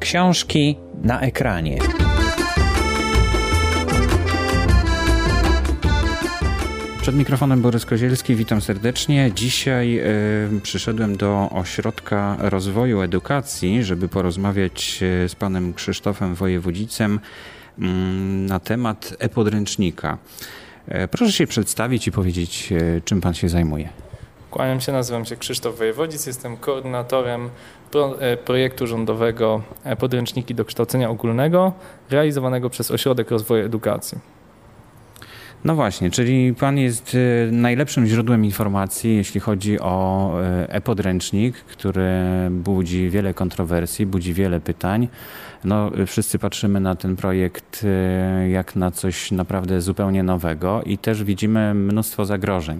Książki na ekranie. Przed mikrofonem Borys Kozielski, witam serdecznie. Dzisiaj przyszedłem do Ośrodka Rozwoju Edukacji, żeby porozmawiać z panem Krzysztofem Wojewodzicem na temat e-podręcznika. Proszę się przedstawić i powiedzieć, czym pan się zajmuje. Kłaniam się, nazywam się Krzysztof Wojewodzic, jestem koordynatorem projektu rządowego Podręczniki do kształcenia ogólnego, realizowanego przez Ośrodek Rozwoju Edukacji. No właśnie, czyli pan jest najlepszym źródłem informacji, jeśli chodzi o e-podręcznik, który budzi wiele kontrowersji, budzi wiele pytań. No, wszyscy patrzymy na ten projekt jak na coś naprawdę zupełnie nowego i też widzimy mnóstwo zagrożeń.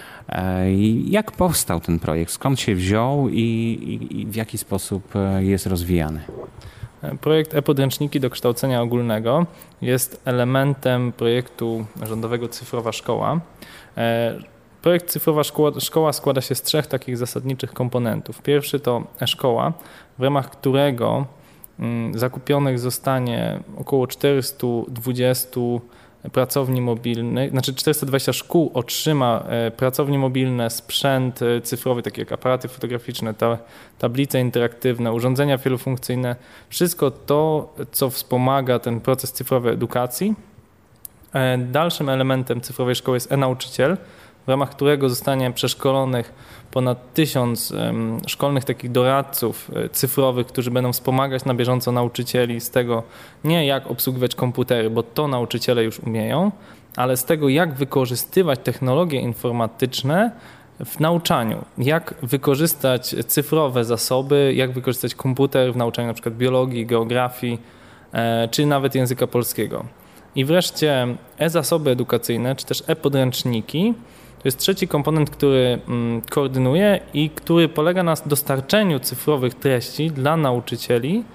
Jak powstał ten projekt? Skąd się wziął i w jaki sposób jest rozwijany? Projekt e-podręczniki do kształcenia ogólnego jest elementem projektu rządowego Cyfrowa Szkoła. Projekt Cyfrowa Szkoła składa się z trzech takich zasadniczych komponentów. Pierwszy to e-szkoła, w ramach którego zakupionych zostanie około 420 pracowni mobilnych, 420 szkół otrzyma pracownie mobilne, sprzęt cyfrowy, takie jak aparaty fotograficzne, tablice interaktywne, urządzenia wielofunkcyjne, wszystko to, co wspomaga ten proces cyfrowej edukacji. Dalszym elementem cyfrowej szkoły jest e-nauczyciel, w ramach którego zostanie przeszkolonych ponad 1000 szkolnych takich doradców cyfrowych, którzy będą wspomagać na bieżąco nauczycieli z tego, nie jak obsługiwać komputery, bo to nauczyciele już umieją, ale z tego, jak wykorzystywać technologie informatyczne w nauczaniu, jak wykorzystać cyfrowe zasoby, jak wykorzystać komputer w nauczaniu na przykład biologii, geografii, czy nawet języka polskiego. I wreszcie e-zasoby edukacyjne, czy też e-podręczniki. To jest trzeci komponent, który koordynuje i który polega na dostarczeniu cyfrowych treści dla nauczycieli,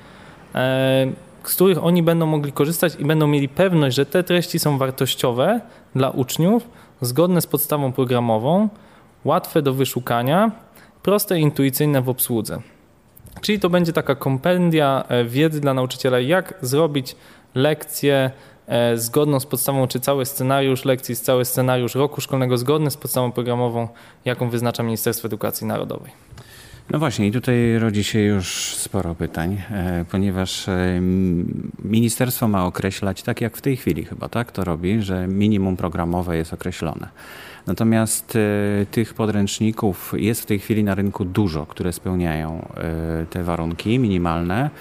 z których oni będą mogli korzystać i będą mieli pewność, że te treści są wartościowe dla uczniów, zgodne z podstawą programową, łatwe do wyszukania, proste i intuicyjne w obsłudze. Czyli to będzie taka kompendia wiedzy dla nauczyciela, jak zrobić lekcję zgodną z podstawą, czy cały scenariusz lekcji, cały scenariusz roku szkolnego zgodny z podstawą programową, jaką wyznacza Ministerstwo Edukacji Narodowej. No właśnie i tutaj rodzi się już sporo pytań, ponieważ ministerstwo ma określać, tak jak w tej chwili chyba, tak to robi, że minimum programowe jest określone. Natomiast tych podręczników jest w tej chwili na rynku dużo, które spełniają te warunki minimalne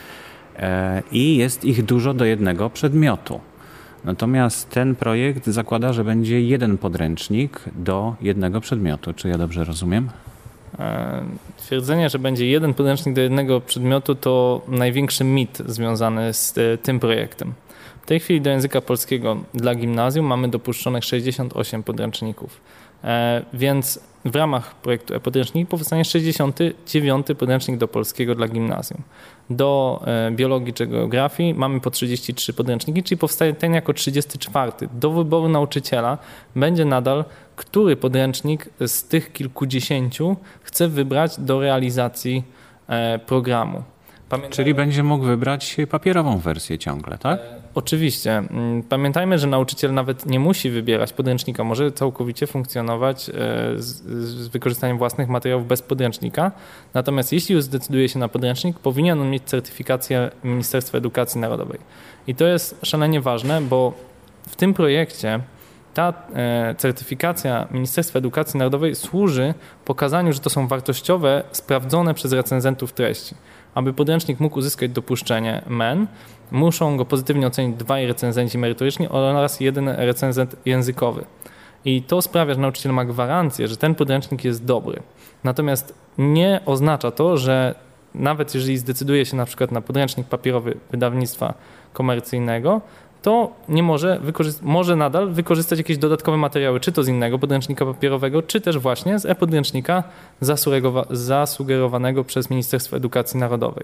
i jest ich dużo do jednego przedmiotu. Natomiast ten projekt zakłada, że będzie jeden podręcznik do jednego przedmiotu. Czy ja dobrze rozumiem? Twierdzenie, że będzie jeden podręcznik do jednego przedmiotu, to największy mit związany z tym projektem. W tej chwili do języka polskiego dla gimnazjum mamy dopuszczonych 68 podręczników. Więc w ramach projektu e-podręcznik powstanie 69 podręcznik do polskiego dla gimnazjum. Do biologii czy geografii mamy po 33 podręczniki, czyli powstaje ten jako 34. Do wyboru nauczyciela będzie nadal, który podręcznik z tych kilkudziesięciu chce wybrać do realizacji programu. Czyli będzie mógł wybrać papierową wersję ciągle, tak? Oczywiście. Pamiętajmy, że nauczyciel nawet nie musi wybierać podręcznika, może całkowicie funkcjonować z wykorzystaniem własnych materiałów bez podręcznika. Natomiast jeśli już zdecyduje się na podręcznik, powinien on mieć certyfikację Ministerstwa Edukacji Narodowej. I to jest szalenie ważne, bo w tym projekcie ta certyfikacja Ministerstwa Edukacji Narodowej służy pokazaniu, że to są wartościowe, sprawdzone przez recenzentów treści. Aby podręcznik mógł uzyskać dopuszczenie MEN, muszą go pozytywnie ocenić 2 recenzenci merytoryczni oraz 1 recenzent językowy. I to sprawia, że nauczyciel ma gwarancję, że ten podręcznik jest dobry. Natomiast nie oznacza to, że nawet jeżeli zdecyduje się na przykład na podręcznik papierowy wydawnictwa komercyjnego, to nie może nadal wykorzystać jakieś dodatkowe materiały, czy to z innego podręcznika papierowego, czy też właśnie z e-podręcznika zasugerowanego przez Ministerstwo Edukacji Narodowej.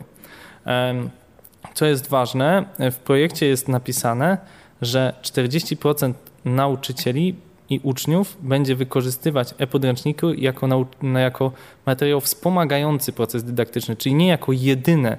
Co jest ważne, w projekcie jest napisane, że 40% nauczycieli i uczniów będzie wykorzystywać e-podręczniki jako materiał wspomagający proces dydaktyczny, czyli nie jako jedyne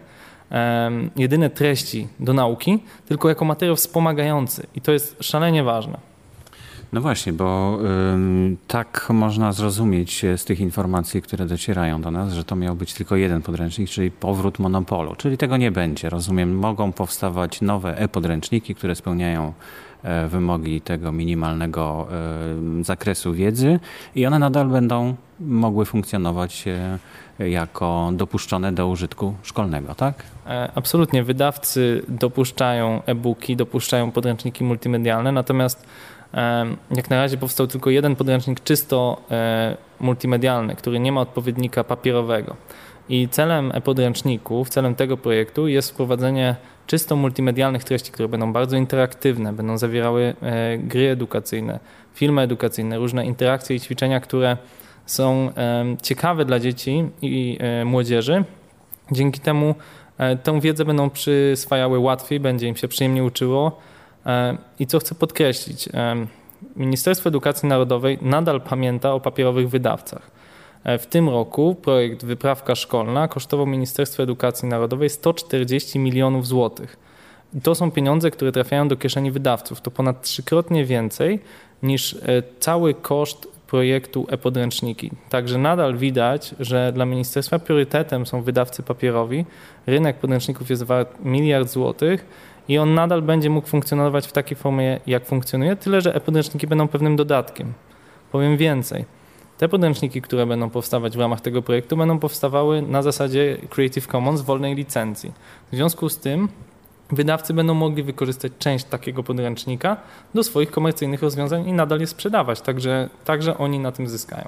jedyne treści do nauki, tylko jako materiał wspomagający i to jest szalenie ważne. No właśnie, bo tak można zrozumieć z tych informacji, które docierają do nas, że to miał być tylko jeden podręcznik, czyli powrót monopolu. Czyli tego nie będzie. Rozumiem, mogą powstawać nowe e-podręczniki, które spełniają wymogi tego minimalnego zakresu wiedzy i one nadal będą mogły funkcjonować jako dopuszczone do użytku szkolnego, tak? Absolutnie. Wydawcy dopuszczają e-booki, dopuszczają podręczniki multimedialne, natomiast jak na razie powstał tylko jeden podręcznik czysto multimedialny, który nie ma odpowiednika papierowego. I celem e-podręczników, celem tego projektu jest wprowadzenie czysto multimedialnych treści, które będą bardzo interaktywne, będą zawierały gry edukacyjne, filmy edukacyjne, różne interakcje i ćwiczenia, które są ciekawe dla dzieci i młodzieży. Dzięki temu tę wiedzę będą przyswajały łatwiej, będzie im się przyjemnie uczyło. I co chcę podkreślić, Ministerstwo Edukacji Narodowej nadal pamięta o papierowych wydawcach. W tym roku projekt Wyprawka Szkolna kosztował Ministerstwo Edukacji Narodowej 140 milionów złotych. I to są pieniądze, które trafiają do kieszeni wydawców. To ponad 3-krotnie więcej niż cały koszt projektu e-podręczniki. Także nadal widać, że dla ministerstwa priorytetem są wydawcy papierowi. Rynek podręczników jest wart 1 miliard złotych i on nadal będzie mógł funkcjonować w takiej formie, jak funkcjonuje, tyle że e-podręczniki będą pewnym dodatkiem. Powiem więcej. Te podręczniki, które będą powstawać w ramach tego projektu, będą powstawały na zasadzie Creative Commons wolnej licencji. W związku z tym wydawcy będą mogli wykorzystać część takiego podręcznika do swoich komercyjnych rozwiązań i nadal je sprzedawać, także oni na tym zyskają.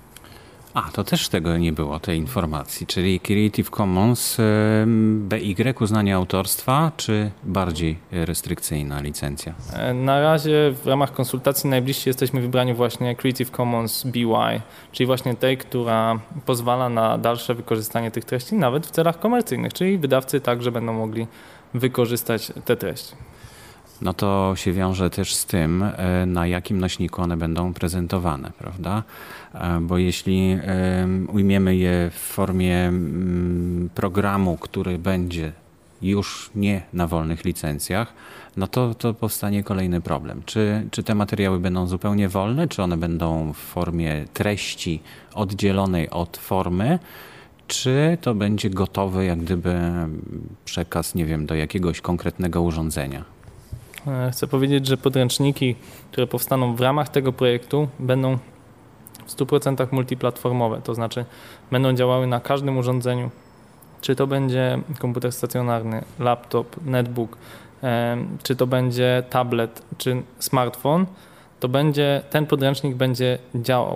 To też tego nie było, tej informacji, czyli Creative Commons, BY, uznanie autorstwa, czy bardziej restrykcyjna licencja? Na razie w ramach konsultacji najbliżsi jesteśmy wybrani właśnie Creative Commons BY, czyli właśnie tej, która pozwala na dalsze wykorzystanie tych treści nawet w celach komercyjnych, czyli wydawcy także będą mogli wykorzystać te treści. No to się wiąże też z tym, na jakim nośniku one będą prezentowane, prawda? Bo jeśli ujmiemy je w formie programu, który będzie już nie na wolnych licencjach, no to powstanie kolejny problem. Czy te materiały będą zupełnie wolne, czy one będą w formie treści oddzielonej od formy, czy to będzie gotowy jak gdyby przekaz, nie wiem, do jakiegoś konkretnego urządzenia? Chcę powiedzieć, że podręczniki, które powstaną w ramach tego projektu, będą w 100% multiplatformowe, to znaczy będą działały na każdym urządzeniu, czy to będzie komputer stacjonarny, laptop, netbook, czy to będzie tablet, czy smartfon, ten podręcznik będzie działał.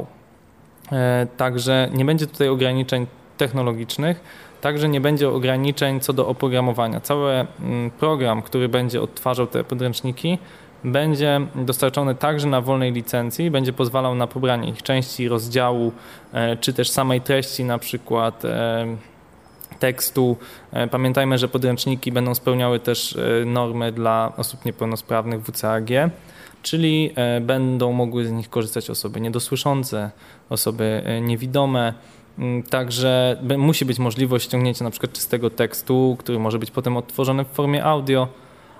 Także nie będzie tutaj ograniczeń technologicznych, także nie będzie ograniczeń co do oprogramowania. Cały program, który będzie odtwarzał te podręczniki, będzie dostarczony także na wolnej licencji, będzie pozwalał na pobranie ich części, rozdziału, czy też samej treści, na przykład tekstu. Pamiętajmy, że podręczniki będą spełniały też normy dla osób niepełnosprawnych WCAG, czyli będą mogły z nich korzystać osoby niedosłyszące, osoby niewidome. Także musi być możliwość ściągnięcia na przykład czystego tekstu, który może być potem odtworzony w formie audio.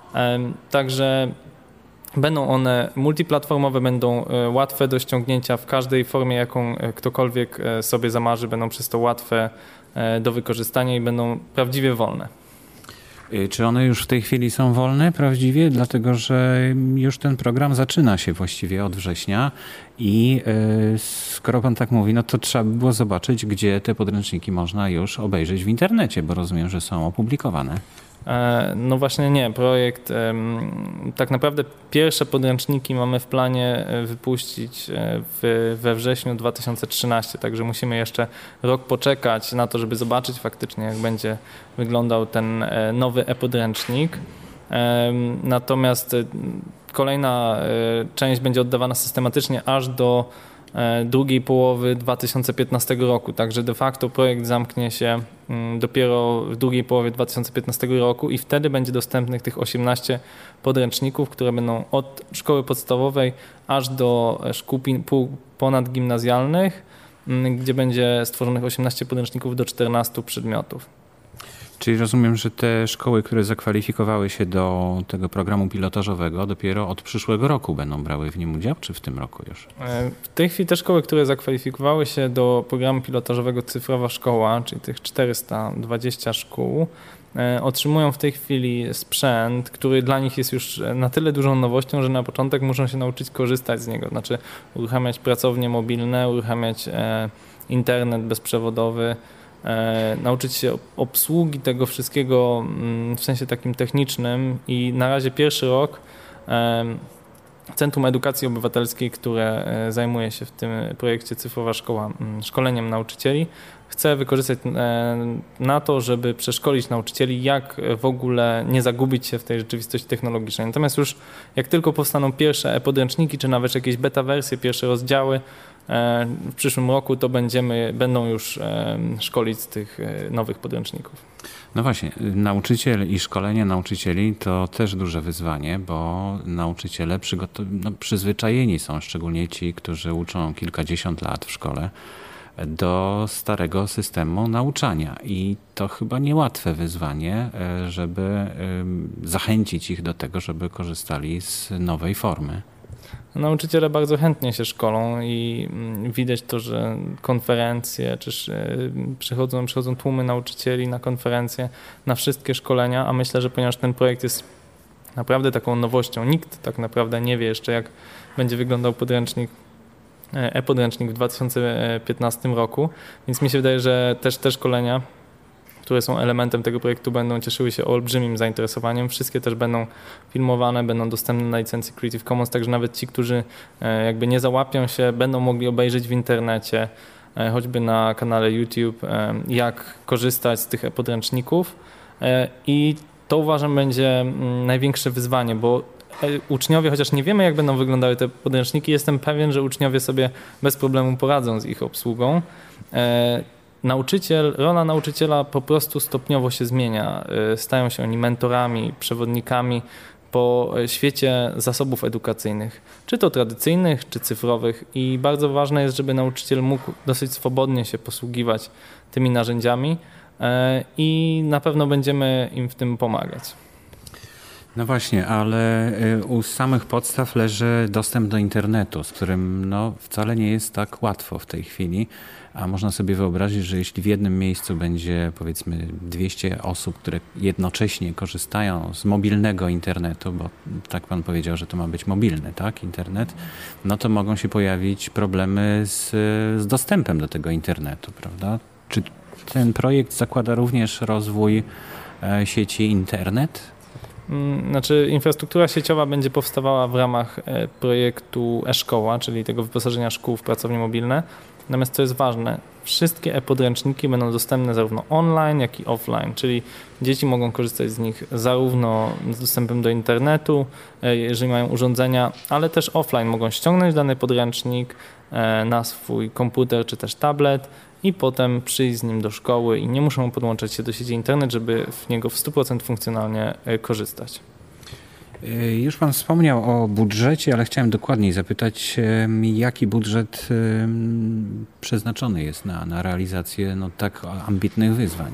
Także będą one multiplatformowe, będą łatwe do ściągnięcia w każdej formie, jaką ktokolwiek sobie zamarzy, będą przez to łatwe do wykorzystania i będą prawdziwie wolne. Czy one już w tej chwili są wolne prawdziwie? Dlatego, że już ten program zaczyna się właściwie od września i skoro pan tak mówi, no to trzeba by było zobaczyć, gdzie te podręczniki można już obejrzeć w internecie, bo rozumiem, że są opublikowane. No właśnie nie. Projekt, tak naprawdę pierwsze podręczniki mamy w planie wypuścić we wrześniu 2013, także musimy jeszcze rok poczekać na to, żeby zobaczyć faktycznie, jak będzie wyglądał ten nowy e-podręcznik. Natomiast kolejna część będzie oddawana systematycznie aż do drugiej połowy 2015 roku, także de facto projekt zamknie się dopiero w drugiej połowie 2015 roku i wtedy będzie dostępnych tych 18 podręczników, które będą od szkoły podstawowej aż do szkół ponadgimnazjalnych, gdzie będzie stworzonych 18 podręczników do 14 przedmiotów. Czyli rozumiem, że te szkoły, które zakwalifikowały się do tego programu pilotażowego, dopiero od przyszłego roku będą brały w nim udział, czy w tym roku już? W tej chwili te szkoły, które zakwalifikowały się do programu pilotażowego Cyfrowa Szkoła, czyli tych 420 szkół, otrzymują w tej chwili sprzęt, który dla nich jest już na tyle dużą nowością, że na początek muszą się nauczyć korzystać z niego. Znaczy uruchamiać pracownie mobilne, uruchamiać internet bezprzewodowy, nauczyć się obsługi tego wszystkiego w sensie takim technicznym i na razie pierwszy rok Centrum Edukacji Obywatelskiej, które zajmuje się w tym projekcie Cyfrowa Szkoła szkoleniem nauczycieli, chce wykorzystać na to, żeby przeszkolić nauczycieli, jak w ogóle nie zagubić się w tej rzeczywistości technologicznej. Natomiast już jak tylko powstaną pierwsze e-podręczniki, czy nawet jakieś beta wersje, pierwsze rozdziały, w przyszłym roku to będą już szkolić z tych nowych podręczników. No właśnie, nauczyciel i szkolenie nauczycieli to też duże wyzwanie, bo nauczyciele przyzwyczajeni są, szczególnie ci, którzy uczą kilkadziesiąt lat w szkole, do starego systemu nauczania i to chyba niełatwe wyzwanie, żeby zachęcić ich do tego, żeby korzystali z nowej formy. Nauczyciele bardzo chętnie się szkolą i widać to, że konferencje, czy przychodzą tłumy nauczycieli na konferencje, na wszystkie szkolenia, a myślę, że ponieważ ten projekt jest naprawdę taką nowością, nikt tak naprawdę nie wie jeszcze, jak będzie wyglądał e-podręcznik w 2015 roku, więc mi się wydaje, że też te szkolenia, które są elementem tego projektu, będą cieszyły się olbrzymim zainteresowaniem. Wszystkie też będą filmowane, będą dostępne na licencji Creative Commons, także nawet ci, którzy jakby nie załapią się, będą mogli obejrzeć w internecie, choćby na kanale YouTube, jak korzystać z tych e-podręczników i to uważam będzie największe wyzwanie, bo uczniowie, chociaż nie wiemy, jak będą wyglądały te podręczniki, jestem pewien, że uczniowie sobie bez problemu poradzą z ich obsługą. Rola nauczyciela po prostu stopniowo się zmienia. Stają się oni mentorami, przewodnikami po świecie zasobów edukacyjnych, czy to tradycyjnych, czy cyfrowych i bardzo ważne jest, żeby nauczyciel mógł dosyć swobodnie się posługiwać tymi narzędziami i na pewno będziemy im w tym pomagać. No właśnie, ale u samych podstaw leży dostęp do internetu, z którym wcale nie jest tak łatwo w tej chwili, a można sobie wyobrazić, że jeśli w jednym miejscu będzie powiedzmy 200 osób, które jednocześnie korzystają z mobilnego internetu, bo tak pan powiedział, że to ma być mobilny, tak, internet, no to mogą się pojawić problemy z dostępem do tego internetu, prawda? Czy ten projekt zakłada również rozwój sieci internet? Znaczy infrastruktura sieciowa będzie powstawała w ramach projektu e-szkoła, czyli tego wyposażenia szkół w pracownie mobilne. Natomiast co jest ważne, wszystkie e-podręczniki będą dostępne zarówno online, jak i offline, czyli dzieci mogą korzystać z nich zarówno z dostępem do internetu, jeżeli mają urządzenia, ale też offline mogą ściągnąć dany podręcznik na swój komputer czy też tablet i potem przyjść z nim do szkoły i nie muszą podłączać się do sieci internet, żeby w niego w 100% funkcjonalnie korzystać. Już pan wspomniał o budżecie, ale chciałem dokładniej zapytać, jaki budżet przeznaczony jest na realizację tak ambitnych wyzwań?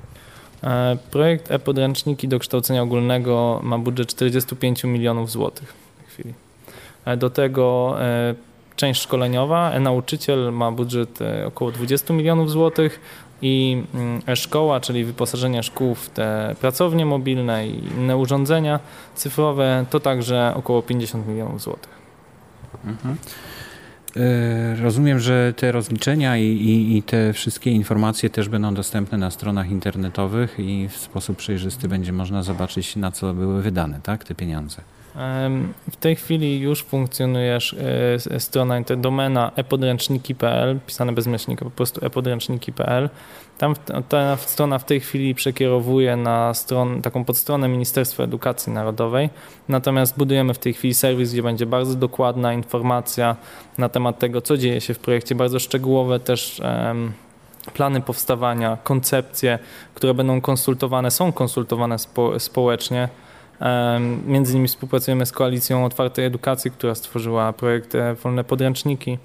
Projekt e-podręczniki do kształcenia ogólnego ma budżet 45 milionów złotych w tej chwili. Do tego część szkoleniowa, e-nauczyciel ma budżet około 20 milionów złotych i e-szkoła, czyli wyposażenie szkół w te pracownie mobilne i inne urządzenia cyfrowe, to także około 50 milionów złotych. Mhm. Rozumiem, że te rozliczenia i te wszystkie informacje też będą dostępne na stronach internetowych i w sposób przejrzysty będzie można zobaczyć, na co były wydane, tak, te pieniądze. W tej chwili już funkcjonuje strona, domena epodręczniki.pl, pisane bez myślnika, po prostu epodręczniki.pl. Tam ta strona w tej chwili przekierowuje na taką podstronę Ministerstwa Edukacji Narodowej, natomiast budujemy w tej chwili serwis, gdzie będzie bardzo dokładna informacja na temat tego, co dzieje się w projekcie, bardzo szczegółowe też plany powstawania, koncepcje, które będą konsultowane, są konsultowane społecznie. Między innymi współpracujemy z Koalicją Otwartej Edukacji, która stworzyła projekt Wolne Podręczniki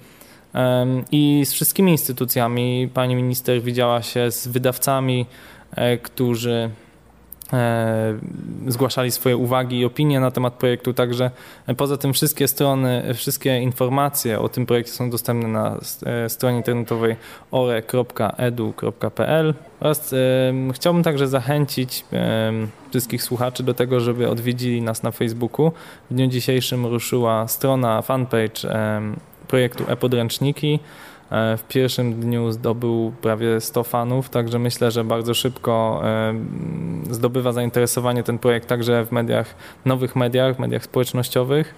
i z wszystkimi instytucjami. Pani minister widziała się z wydawcami, którzy zgłaszali swoje uwagi i opinie na temat projektu, także poza tym wszystkie informacje o tym projekcie są dostępne na stronie internetowej ore.edu.pl oraz chciałbym także zachęcić wszystkich słuchaczy do tego, żeby odwiedzili nas na Facebooku. W dniu dzisiejszym ruszyła strona, fanpage projektu e-podręczniki. W pierwszym dniu zdobył prawie 100 fanów, także myślę, że bardzo szybko zdobywa zainteresowanie ten projekt także w nowych mediach społecznościowych.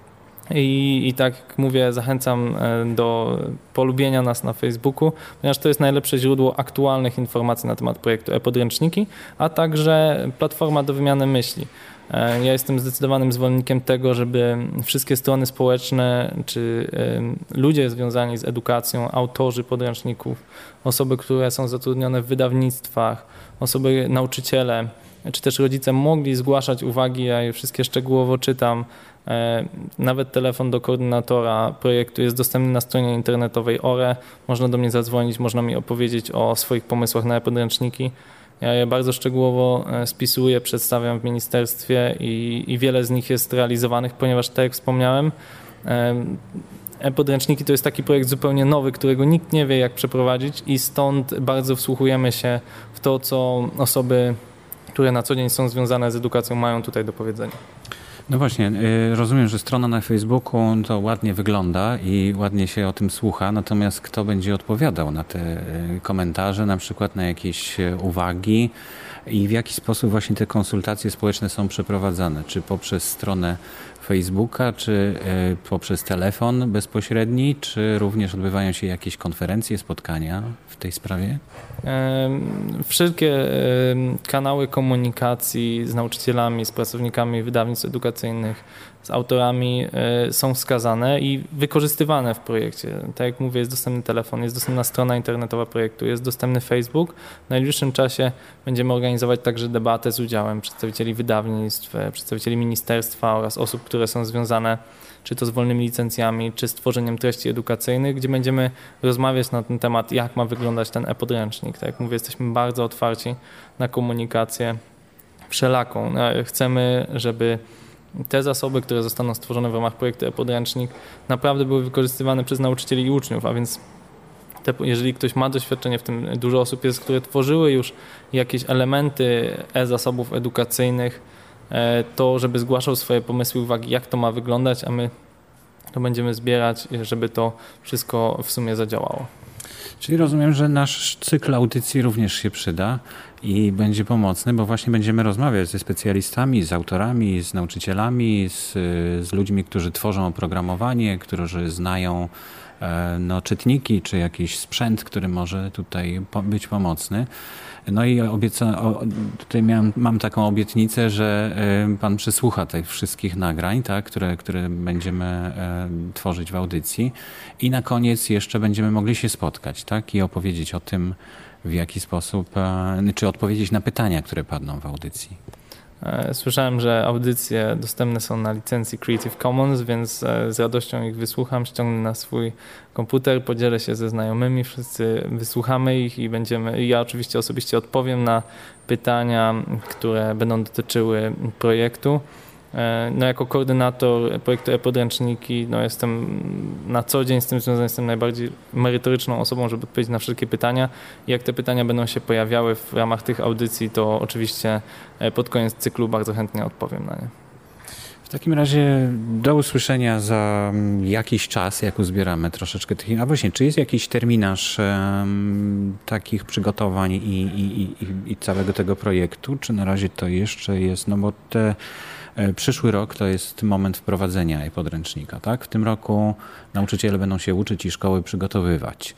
I tak jak mówię, zachęcam do polubienia nas na Facebooku, ponieważ to jest najlepsze źródło aktualnych informacji na temat projektu e-podręczniki, a także platforma do wymiany myśli. Ja jestem zdecydowanym zwolennikiem tego, żeby wszystkie strony społeczne czy ludzie związani z edukacją, autorzy podręczników, osoby, które są zatrudnione w wydawnictwach, nauczyciele, czy też rodzice mogli zgłaszać uwagi, ja je wszystkie szczegółowo czytam. Nawet telefon do koordynatora projektu jest dostępny na stronie internetowej ORE. Można do mnie zadzwonić, można mi opowiedzieć o swoich pomysłach na e-podręczniki. Ja je bardzo szczegółowo spisuję, przedstawiam w ministerstwie i wiele z nich jest realizowanych, ponieważ tak jak wspomniałem, e-podręczniki to jest taki projekt zupełnie nowy, którego nikt nie wie jak przeprowadzić i stąd bardzo wsłuchujemy się w to, co osoby, które na co dzień są związane z edukacją, mają tutaj do powiedzenia. No właśnie, rozumiem, że strona na Facebooku to ładnie wygląda i ładnie się o tym słucha, natomiast kto będzie odpowiadał na te komentarze, na przykład na jakieś uwagi i w jaki sposób właśnie te konsultacje społeczne są przeprowadzane? Czy poprzez stronę Facebooka, czy poprzez telefon bezpośredni, czy również odbywają się jakieś konferencje, spotkania w tej sprawie? Wszelkie kanały komunikacji z nauczycielami, z pracownikami wydawnictw edukacyjnych, z autorami są wskazane i wykorzystywane w projekcie. Tak jak mówię, jest dostępny telefon, jest dostępna strona internetowa projektu, jest dostępny Facebook. W najbliższym czasie będziemy organizować także debatę z udziałem przedstawicieli wydawnictw, przedstawicieli ministerstwa oraz osób, które są związane czy to z wolnymi licencjami, czy z tworzeniem treści edukacyjnych, gdzie będziemy rozmawiać na ten temat, jak ma wyglądać ten e-podręcznik. Tak jak mówię, jesteśmy bardzo otwarci na komunikację wszelaką. Chcemy, żeby te zasoby, które zostaną stworzone w ramach projektu e-podręcznik, naprawdę były wykorzystywane przez nauczycieli i uczniów, a więc jeżeli ktoś ma doświadczenie w tym, dużo osób jest, które tworzyły już jakieś elementy e-zasobów edukacyjnych, to żeby zgłaszał swoje pomysły, uwagi, jak to ma wyglądać, a my to będziemy zbierać, żeby to wszystko w sumie zadziałało. Czyli rozumiem, że nasz cykl audycji również się przyda i będzie pomocny, bo właśnie będziemy rozmawiać ze specjalistami, z autorami, z nauczycielami, z ludźmi, którzy tworzą oprogramowanie, którzy znają czytniki, czy jakiś sprzęt, który może tutaj być pomocny. No i tutaj mam taką obietnicę, że pan przysłucha tych wszystkich nagrań, tak, które będziemy tworzyć w audycji i na koniec jeszcze będziemy mogli się spotkać, tak, i opowiedzieć o tym, w jaki sposób, czy odpowiedzieć na pytania, które padną w audycji. Słyszałem, że audycje dostępne są na licencji Creative Commons, więc z radością ich wysłucham, ściągnę na swój komputer, podzielę się ze znajomymi, wszyscy wysłuchamy ich i ja oczywiście osobiście odpowiem na pytania, które będą dotyczyły projektu. No, jako koordynator projektu e-podręczniki jestem na co dzień z tym związany, jestem najbardziej merytoryczną osobą, żeby odpowiedzieć na wszelkie pytania. I jak te pytania będą się pojawiały w ramach tych audycji, to oczywiście pod koniec cyklu bardzo chętnie odpowiem na nie. W takim razie do usłyszenia za jakiś czas, jak uzbieramy troszeczkę tych... A właśnie, czy jest jakiś terminarz takich przygotowań i całego tego projektu, czy na razie to jeszcze jest, no bo przyszły rok to jest moment wprowadzenia e-podręcznika, tak? W tym roku nauczyciele będą się uczyć i szkoły przygotowywać.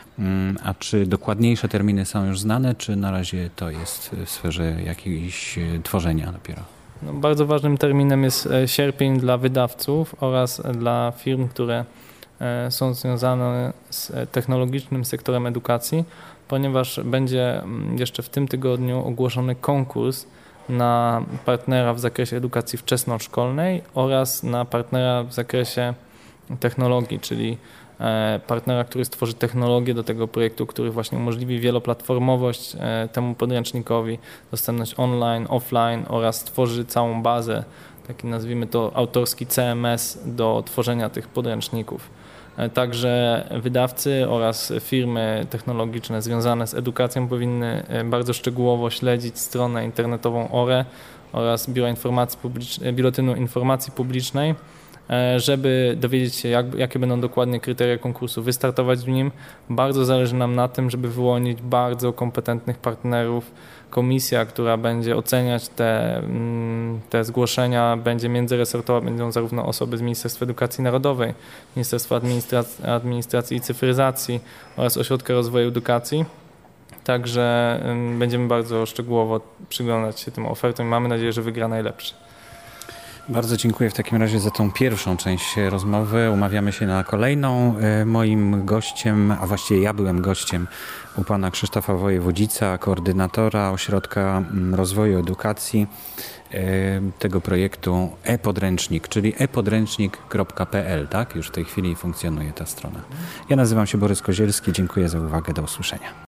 A czy dokładniejsze terminy są już znane, czy na razie to jest w sferze jakiegoś tworzenia dopiero? No, bardzo ważnym terminem jest sierpień dla wydawców oraz dla firm, które są związane z technologicznym sektorem edukacji, ponieważ będzie jeszcze w tym tygodniu ogłoszony konkurs na partnera w zakresie edukacji wczesnoszkolnej oraz na partnera w zakresie technologii, czyli partnera, który stworzy technologię do tego projektu, który właśnie umożliwi wieloplatformowość temu podręcznikowi, dostępność online, offline oraz stworzy całą bazę, taki nazwijmy to autorski CMS do tworzenia tych podręczników. Także wydawcy oraz firmy technologiczne związane z edukacją powinny bardzo szczegółowo śledzić stronę internetową ORE oraz Biuletynu Informacji Publicznej, żeby dowiedzieć się, jakie będą dokładnie kryteria konkursu, wystartować w nim. Bardzo zależy nam na tym, żeby wyłonić bardzo kompetentnych partnerów. Komisja, która będzie oceniać te zgłoszenia, będzie międzyresortowa, będą zarówno osoby z Ministerstwa Edukacji Narodowej, Ministerstwa Administracji i Cyfryzacji oraz Ośrodka Rozwoju Edukacji. Także będziemy bardzo szczegółowo przyglądać się tym ofertom i mamy nadzieję, że wygra najlepszy. Bardzo dziękuję w takim razie za tą pierwszą część rozmowy. Umawiamy się na kolejną. Moim gościem, a właściwie ja byłem gościem u pana Krzysztofa Wojewodzica, koordynatora Ośrodka Rozwoju Edukacji tego projektu e-podręcznik, czyli epodręcznik.pl, tak? Już w tej chwili funkcjonuje ta strona. Ja nazywam się Borys Kozielski. Dziękuję za uwagę. Do usłyszenia.